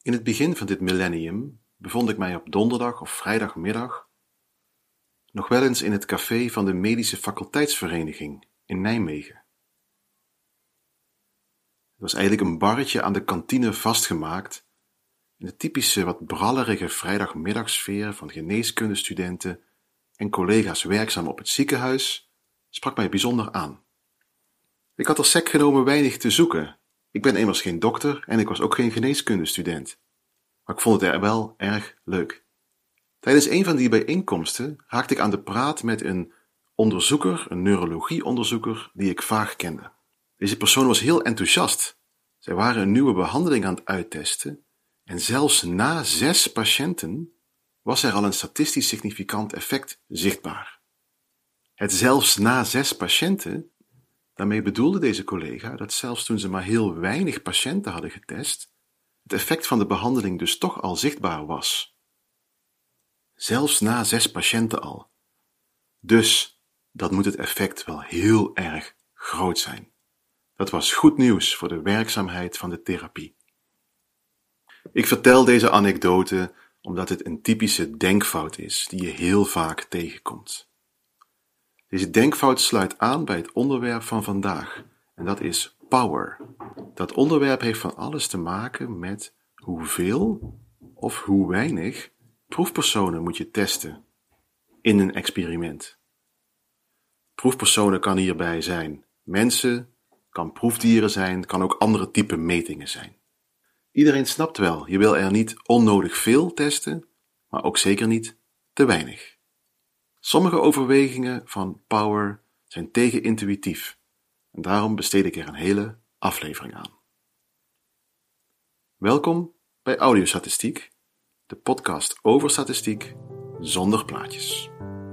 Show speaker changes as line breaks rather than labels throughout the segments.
In het begin van dit millennium bevond ik mij op donderdag of vrijdagmiddag nog wel eens in het café van de Medische Faculteitsvereniging in Nijmegen. Het was eigenlijk een barretje aan de kantine vastgemaakt in de typische wat brallerige vrijdagmiddagsfeer van geneeskundestudenten en collega's werkzaam op het ziekenhuis sprak mij bijzonder aan. Ik had er sec genomen weinig te zoeken. Ik ben immers geen dokter en ik was ook geen geneeskundestudent. Maar ik vond het er wel erg leuk. Tijdens een van die bijeenkomsten raakte ik aan de praat met een onderzoeker, een neurologieonderzoeker, die ik vaag kende. Deze persoon was heel enthousiast. Zij waren een nieuwe behandeling aan het uittesten en zelfs na 6 patiënten was er al een statistisch significant effect zichtbaar. Het zelfs na 6 patiënten, daarmee bedoelde deze collega dat zelfs toen ze maar heel weinig patiënten hadden getest, het effect van de behandeling dus toch al zichtbaar was. Zelfs na 6 patiënten al. Dus dat moet het effect wel heel erg groot zijn. Dat was goed nieuws voor de werkzaamheid van de therapie. Ik vertel deze anekdote omdat het een typische denkfout is die je heel vaak tegenkomt. Deze denkfout sluit aan bij het onderwerp van vandaag en dat is power. Dat onderwerp heeft van alles te maken met hoeveel of hoe weinig proefpersonen moet je testen in een experiment. Proefpersonen kan hierbij zijn mensen, kan proefdieren zijn, kan ook andere type metingen zijn. Iedereen snapt wel, je wil er niet onnodig veel testen, maar ook zeker niet te weinig. Sommige overwegingen van power zijn tegenintuïtief en daarom besteed ik er een hele aflevering aan. Welkom bij Audiostatistiek, de podcast over statistiek zonder plaatjes.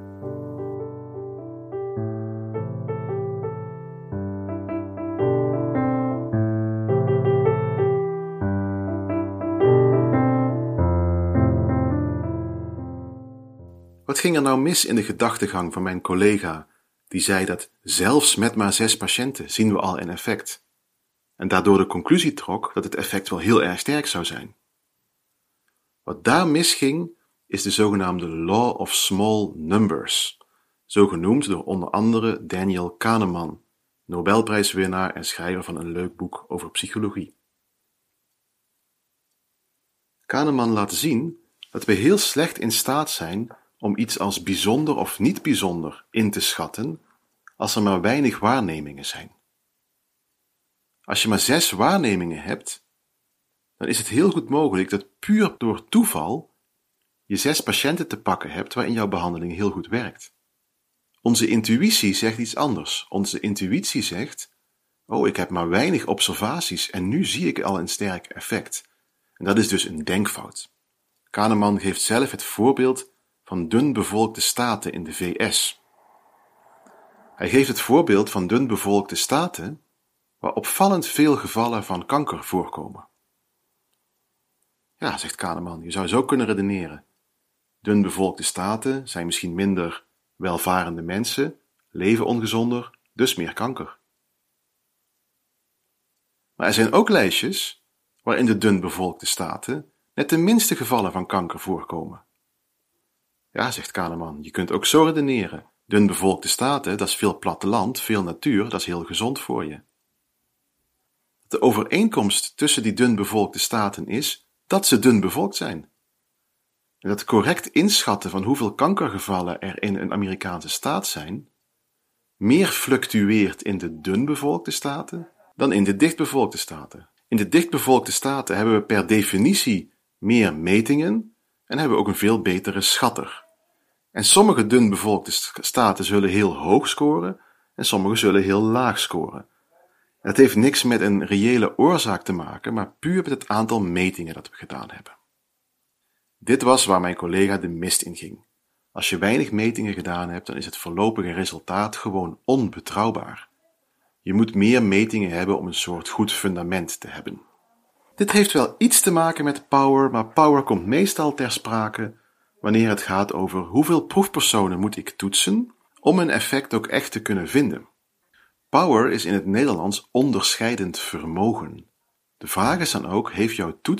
Wat ging er nou mis in de gedachtegang van mijn collega, die zei dat zelfs met maar 6 patiënten zien we al een effect, en daardoor de conclusie trok dat het effect wel heel erg sterk zou zijn? Wat daar misging, is de zogenaamde Law of Small Numbers, zo genoemd door onder andere Daniel Kahneman, Nobelprijswinnaar en schrijver van een leuk boek over psychologie. Kahneman laat zien dat we heel slecht in staat zijn om iets als bijzonder of niet bijzonder in te schatten als er maar weinig waarnemingen zijn. Als je maar 6 waarnemingen hebt, dan is het heel goed mogelijk dat puur door toeval je 6 patiënten te pakken hebt waarin jouw behandeling heel goed werkt. Onze intuïtie zegt iets anders. Onze intuïtie zegt, ik heb maar weinig observaties en nu zie ik al een sterk effect. En dat is dus een denkfout. Kahneman geeft zelf het voorbeeld van dunbevolkte staten in de VS. Hij geeft het voorbeeld van dunbevolkte staten waar opvallend veel gevallen van kanker voorkomen. Ja, zegt Kahneman, je zou zo kunnen redeneren. Dunbevolkte staten zijn misschien minder welvarende mensen, leven ongezonder, dus meer kanker. Maar er zijn ook lijstjes waarin de dunbevolkte staten net de minste gevallen van kanker voorkomen. Ja, zegt Kahneman, je kunt ook zo redeneren. Dunbevolkte staten, dat is veel platteland, veel natuur, dat is heel gezond voor je. De overeenkomst tussen die dunbevolkte staten is dat ze dunbevolkt zijn. En dat correct inschatten van hoeveel kankergevallen er in een Amerikaanse staat zijn, meer fluctueert in de dunbevolkte staten dan in de dichtbevolkte staten. In de dichtbevolkte staten hebben we per definitie meer metingen en hebben we ook een veel betere schatter. En sommige dunbevolkte staten zullen heel hoog scoren en sommige zullen heel laag scoren. Dat heeft niks met een reële oorzaak te maken, maar puur met het aantal metingen dat we gedaan hebben. Dit was waar mijn collega de mist in ging. Als je weinig metingen gedaan hebt, dan is het voorlopige resultaat gewoon onbetrouwbaar. Je moet meer metingen hebben om een soort goed fundament te hebben. Dit heeft wel iets te maken met power, maar power komt meestal ter sprake wanneer het gaat over hoeveel proefpersonen moet ik toetsen om een effect ook echt te kunnen vinden. Power is in het Nederlands onderscheidend vermogen. De vraag is dan ook, heeft jouw toets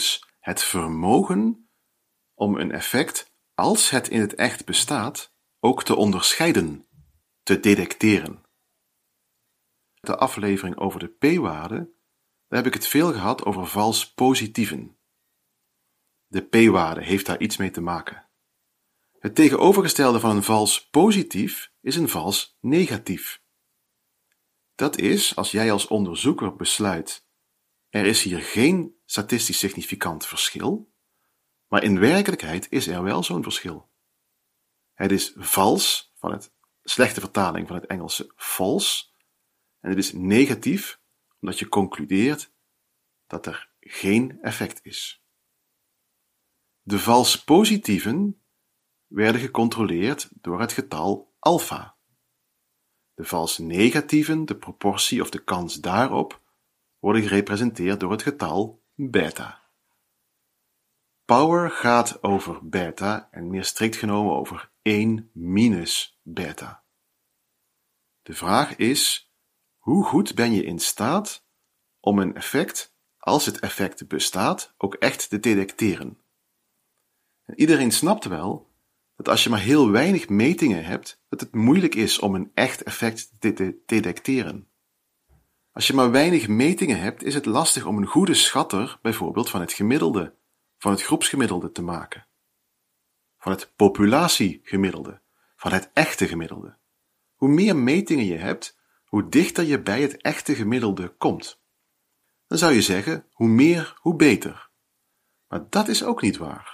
het vermogen om een effect, als het in het echt bestaat, ook te onderscheiden, te detecteren. De aflevering over de p-waarde, daar heb ik het veel gehad over vals positieven. De p-waarde heeft daar iets mee te maken. Het tegenovergestelde van een vals positief is een vals negatief. Dat is als jij als onderzoeker besluit, er is hier geen statistisch significant verschil, maar in werkelijkheid is er wel zo'n verschil. Het is vals, van het slechte vertaling van het Engelse false, en het is negatief, omdat je concludeert dat er geen effect is. De vals positieven werden gecontroleerd door het getal alpha. De vals negatieven, de proportie of de kans daarop, worden gerepresenteerd door het getal beta. Power gaat over beta en meer strikt genomen over 1 minus beta. De vraag is, hoe goed ben je in staat om een effect, als het effect bestaat, ook echt te detecteren? En iedereen snapt wel dat als je maar heel weinig metingen hebt, dat het moeilijk is om een echt effect te detecteren. Als je maar weinig metingen hebt, is het lastig om een goede schatter, bijvoorbeeld van het gemiddelde, van het groepsgemiddelde te maken. Van het populatiegemiddelde, van het echte gemiddelde. Hoe meer metingen je hebt, hoe dichter je bij het echte gemiddelde komt. Dan zou je zeggen, hoe meer, hoe beter. Maar dat is ook niet waar.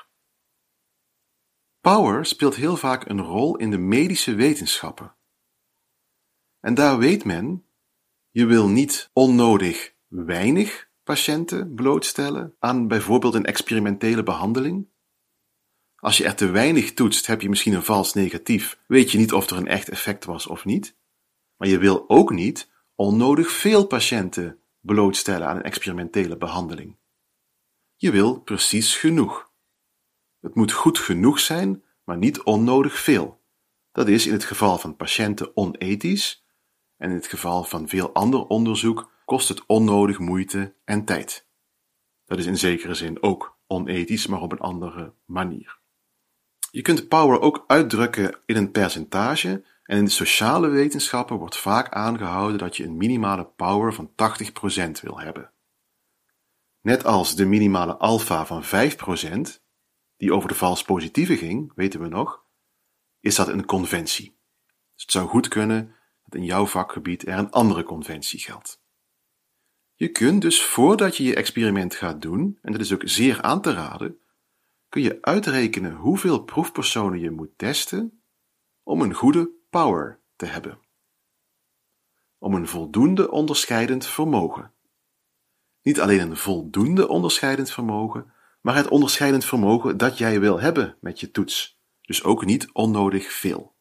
Power speelt heel vaak een rol in de medische wetenschappen. En daar weet men, je wil niet onnodig weinig patiënten blootstellen aan bijvoorbeeld een experimentele behandeling. Als je er te weinig toetst, heb je misschien een vals negatief, weet je niet of er een echt effect was of niet. Maar je wil ook niet onnodig veel patiënten blootstellen aan een experimentele behandeling. Je wil precies genoeg. Het moet goed genoeg zijn, maar niet onnodig veel. Dat is in het geval van patiënten onethisch en in het geval van veel ander onderzoek kost het onnodig moeite en tijd. Dat is in zekere zin ook onethisch, maar op een andere manier. Je kunt power ook uitdrukken in een percentage en in de sociale wetenschappen wordt vaak aangehouden dat je een minimale power van 80% wil hebben. Net als de minimale alpha van 5%, die over de vals positieve ging, weten we nog, is dat een conventie. Dus het zou goed kunnen dat in jouw vakgebied er een andere conventie geldt. Je kunt dus voordat je je experiment gaat doen, en dat is ook zeer aan te raden, kun je uitrekenen hoeveel proefpersonen je moet testen om een goede power te hebben. Om een voldoende onderscheidend vermogen. Niet alleen een voldoende onderscheidend vermogen, maar het onderscheidend vermogen dat jij wil hebben met je toets. Dus ook niet onnodig veel.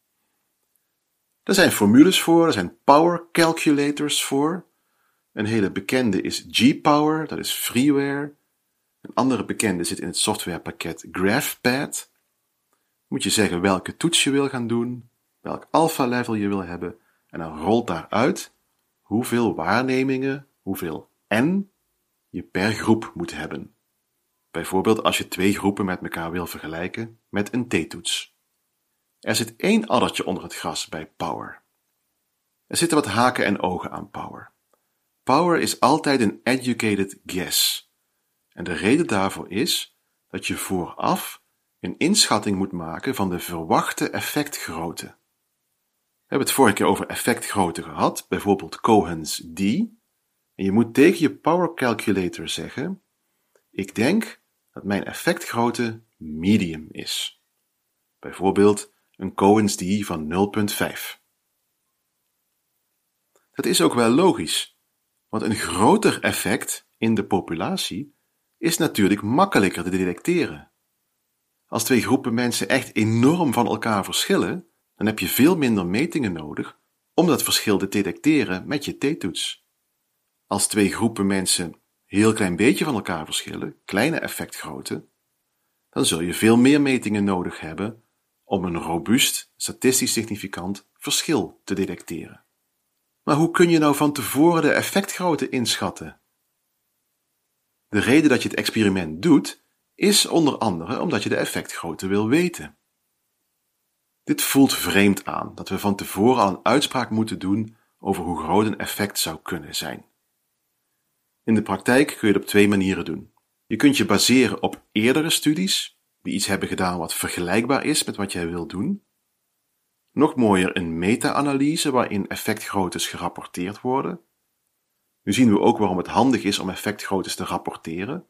Er zijn formules voor, er zijn power calculators voor. Een hele bekende is G-Power, dat is freeware. Een andere bekende zit in het softwarepakket GraphPad. Moet je zeggen welke toets je wil gaan doen, welk alpha-level je wil hebben, en dan rolt daaruit hoeveel waarnemingen, hoeveel N je per groep moet hebben. Bijvoorbeeld als je 2 groepen met elkaar wil vergelijken met een t-toets. Er zit 1 addertje onder het gras bij power. Er zitten wat haken en ogen aan power. Power is altijd een educated guess. En de reden daarvoor is dat je vooraf een inschatting moet maken van de verwachte effectgrootte. We hebben het vorige keer over effectgrootte gehad, bijvoorbeeld Cohen's d. En je moet tegen je power calculator zeggen, ik denk dat mijn effectgrootte medium is. Bijvoorbeeld een Cohen's d van 0,5. Dat is ook wel logisch, want een groter effect in de populatie is natuurlijk makkelijker te detecteren. Als 2 groepen mensen echt enorm van elkaar verschillen, dan heb je veel minder metingen nodig om dat verschil te detecteren met je t-toets. Als 2 groepen mensen heel klein beetje van elkaar verschillen, kleine effectgrootte, dan zul je veel meer metingen nodig hebben om een robuust, statistisch significant verschil te detecteren. Maar hoe kun je nou van tevoren de effectgrootte inschatten? De reden dat je het experiment doet, is onder andere omdat je de effectgrootte wil weten. Dit voelt vreemd aan, dat we van tevoren al een uitspraak moeten doen over hoe groot een effect zou kunnen zijn. In de praktijk kun je het op twee manieren doen. Je kunt je baseren op eerdere studies, die iets hebben gedaan wat vergelijkbaar is met wat jij wil doen. Nog mooier een meta-analyse waarin effectgroottes gerapporteerd worden. Nu zien we ook waarom het handig is om effectgroottes te rapporteren.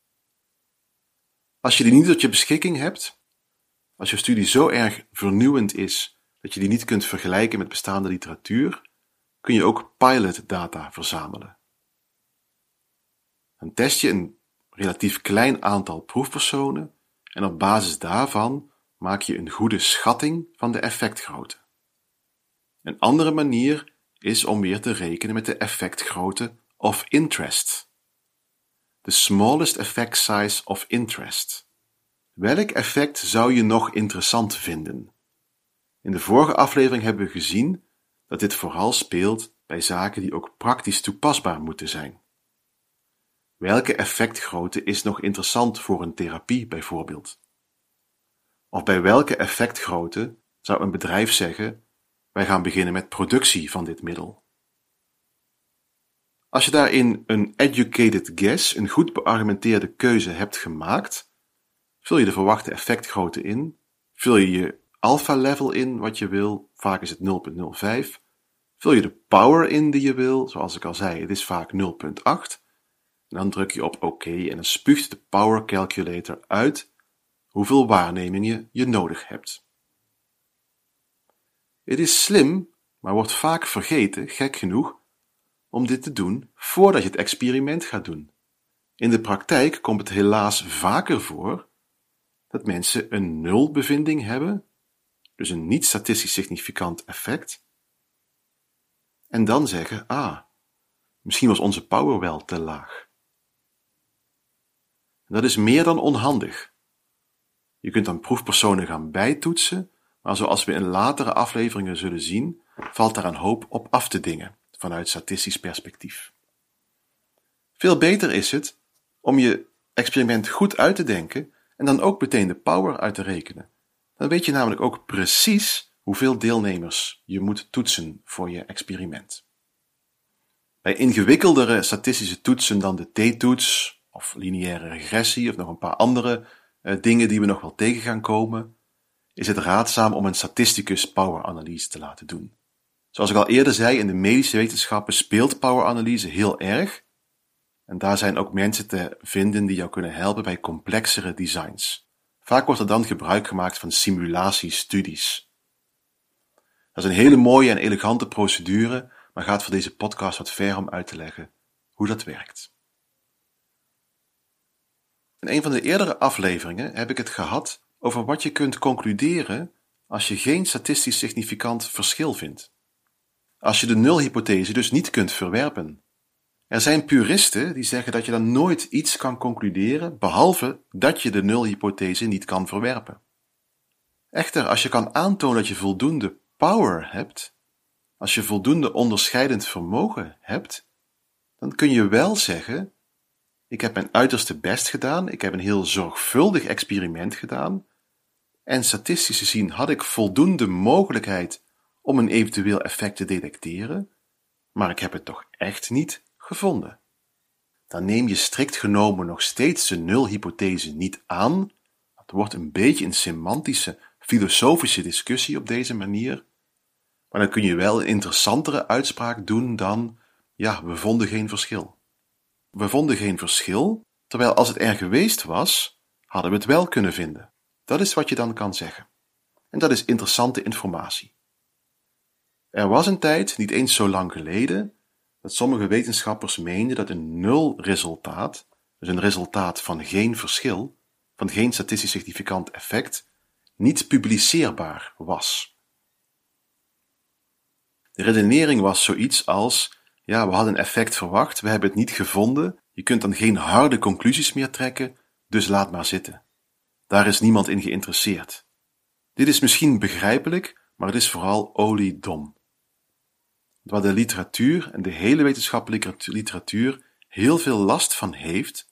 Als je die niet tot je beschikking hebt, als je studie zo erg vernieuwend is dat je die niet kunt vergelijken met bestaande literatuur, kun je ook pilot data verzamelen. Dan test je een relatief klein aantal proefpersonen en op basis daarvan maak je een goede schatting van de effectgrootte. Een andere manier is om weer te rekenen met de effectgrootte of interest. The smallest effect size of interest. Welk effect zou je nog interessant vinden? In de vorige aflevering hebben we gezien dat dit vooral speelt bij zaken die ook praktisch toepasbaar moeten zijn. Welke effectgrootte is nog interessant voor een therapie bijvoorbeeld? Of bij welke effectgrootte zou een bedrijf zeggen: wij gaan beginnen met productie van dit middel? Als je daarin een educated guess, een goed beargumenteerde keuze hebt gemaakt, vul je de verwachte effectgrootte in, vul je je alpha level in wat je wil, vaak is het 0,05, vul je de power in die je wil, zoals ik al zei, het is vaak 0,8, en dan druk je op OK en dan spuugt de power calculator uit hoeveel waarnemingen je nodig hebt. Het is slim, maar wordt vaak vergeten, gek genoeg, om dit te doen voordat je het experiment gaat doen. In de praktijk komt het helaas vaker voor dat mensen een nulbevinding hebben, dus een niet statistisch significant effect, en dan zeggen: misschien was onze power wel te laag. En dat is meer dan onhandig. Je kunt dan proefpersonen gaan bijtoetsen, maar zoals we in latere afleveringen zullen zien, valt daar een hoop op af te dingen vanuit statistisch perspectief. Veel beter is het om je experiment goed uit te denken en dan ook meteen de power uit te rekenen. Dan weet je namelijk ook precies hoeveel deelnemers je moet toetsen voor je experiment. Bij ingewikkeldere statistische toetsen dan de t-toets of lineaire regressie of nog een paar andere dingen die we nog wel tegen gaan komen, is het raadzaam om een statisticus poweranalyse te laten doen. Zoals ik al eerder zei, in de medische wetenschappen speelt poweranalyse heel erg, en daar zijn ook mensen te vinden die jou kunnen helpen bij complexere designs. Vaak wordt er dan gebruik gemaakt van simulatiestudies. Dat is een hele mooie en elegante procedure, maar gaat voor deze podcast wat ver om uit te leggen hoe dat werkt. In een van de eerdere afleveringen heb ik het gehad over wat je kunt concluderen als je geen statistisch significant verschil vindt. Als je de nulhypothese dus niet kunt verwerpen. Er zijn puristen die zeggen dat je dan nooit iets kan concluderen, behalve dat je de nulhypothese niet kan verwerpen. Echter, als je kan aantonen dat je voldoende power hebt, als je voldoende onderscheidend vermogen hebt, dan kun je wel zeggen: ik heb mijn uiterste best gedaan, ik heb een heel zorgvuldig experiment gedaan, en statistisch gezien had ik voldoende mogelijkheid om een eventueel effect te detecteren, maar ik heb het toch echt niet gevonden. Dan neem je strikt genomen nog steeds de nulhypothese niet aan. Het wordt een beetje een semantische, filosofische discussie op deze manier, maar dan kun je wel een interessantere uitspraak doen dan: we vonden geen verschil. We vonden geen verschil, terwijl als het er geweest was, hadden we het wel kunnen vinden. Dat is wat je dan kan zeggen. En dat is interessante informatie. Er was een tijd, niet eens zo lang geleden, dat sommige wetenschappers meenden dat een nulresultaat, dus een resultaat van geen verschil, van geen statistisch significant effect, niet publiceerbaar was. De redenering was zoiets als: we hadden een effect verwacht, we hebben het niet gevonden, je kunt dan geen harde conclusies meer trekken, dus laat maar zitten. Daar is niemand in geïnteresseerd. Dit is misschien begrijpelijk, maar het is vooral oliedom. Waar de literatuur en de hele wetenschappelijke literatuur heel veel last van heeft,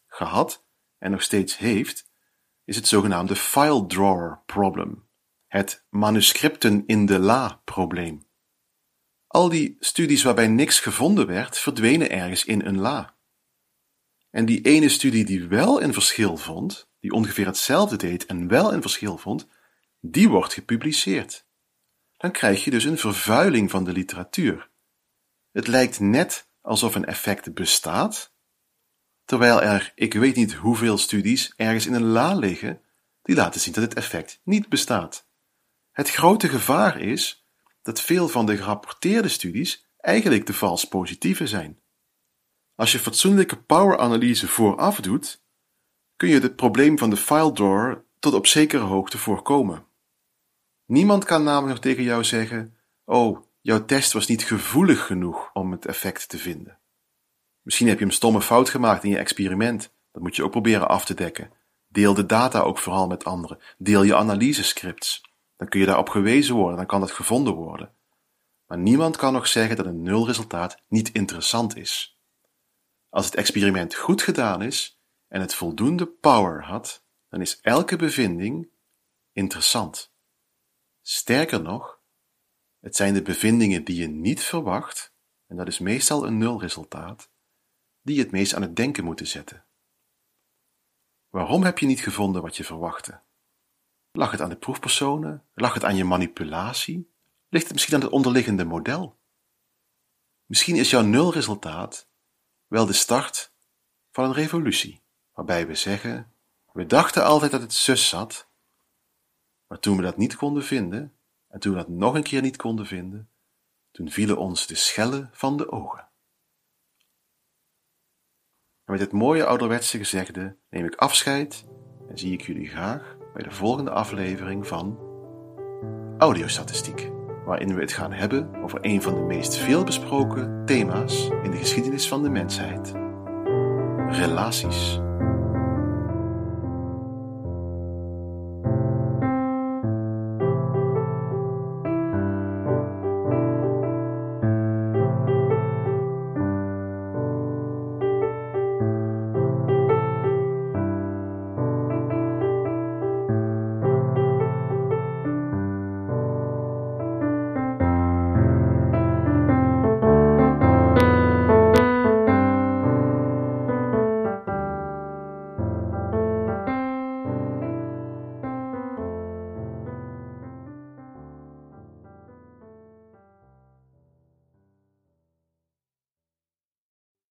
gehad en nog steeds heeft, is het zogenaamde file drawer problem, het manuscripten in de la probleem. Al die studies waarbij niks gevonden werd, verdwenen ergens in een la. En die ene studie die wel een verschil vond, die ongeveer hetzelfde deed en wel een verschil vond, die wordt gepubliceerd. Dan krijg je dus een vervuiling van de literatuur. Het lijkt net alsof een effect bestaat, terwijl er, ik weet niet hoeveel studies ergens in een la liggen, die laten zien dat het effect niet bestaat. Het grote gevaar is dat veel van de gerapporteerde studies eigenlijk de vals positieve zijn. Als je fatsoenlijke power-analyse vooraf doet, kun je het probleem van de file drawer tot op zekere hoogte voorkomen. Niemand kan namelijk nog tegen jou zeggen, oh, jouw test was niet gevoelig genoeg om het effect te vinden. Misschien heb je een stomme fout gemaakt in je experiment. Dat moet je ook proberen af te dekken. Deel de data ook vooral met anderen. Deel je analysescripts. Dan kun je daarop gewezen worden, dan kan dat gevonden worden. Maar niemand kan nog zeggen dat een nulresultaat niet interessant is. Als het experiment goed gedaan is en het voldoende power had, dan is elke bevinding interessant. Sterker nog, het zijn de bevindingen die je niet verwacht, en dat is meestal een nulresultaat, die je het meest aan het denken moeten zetten. Waarom heb je niet gevonden wat je verwachtte? Lag het aan de proefpersonen? Lag het aan je manipulatie? Ligt het misschien aan het onderliggende model? Misschien is jouw nulresultaat wel de start van een revolutie, waarbij we zeggen, we dachten altijd dat het zus zat, maar toen we dat niet konden vinden, en toen we dat nog een keer niet konden vinden, toen vielen ons de schellen van de ogen. En met dit mooie ouderwetse gezegde neem ik afscheid en zie ik jullie graag bij de volgende aflevering van Audiostatistiek, waarin we het gaan hebben over een van de meest veelbesproken thema's in de geschiedenis van de mensheid: relaties.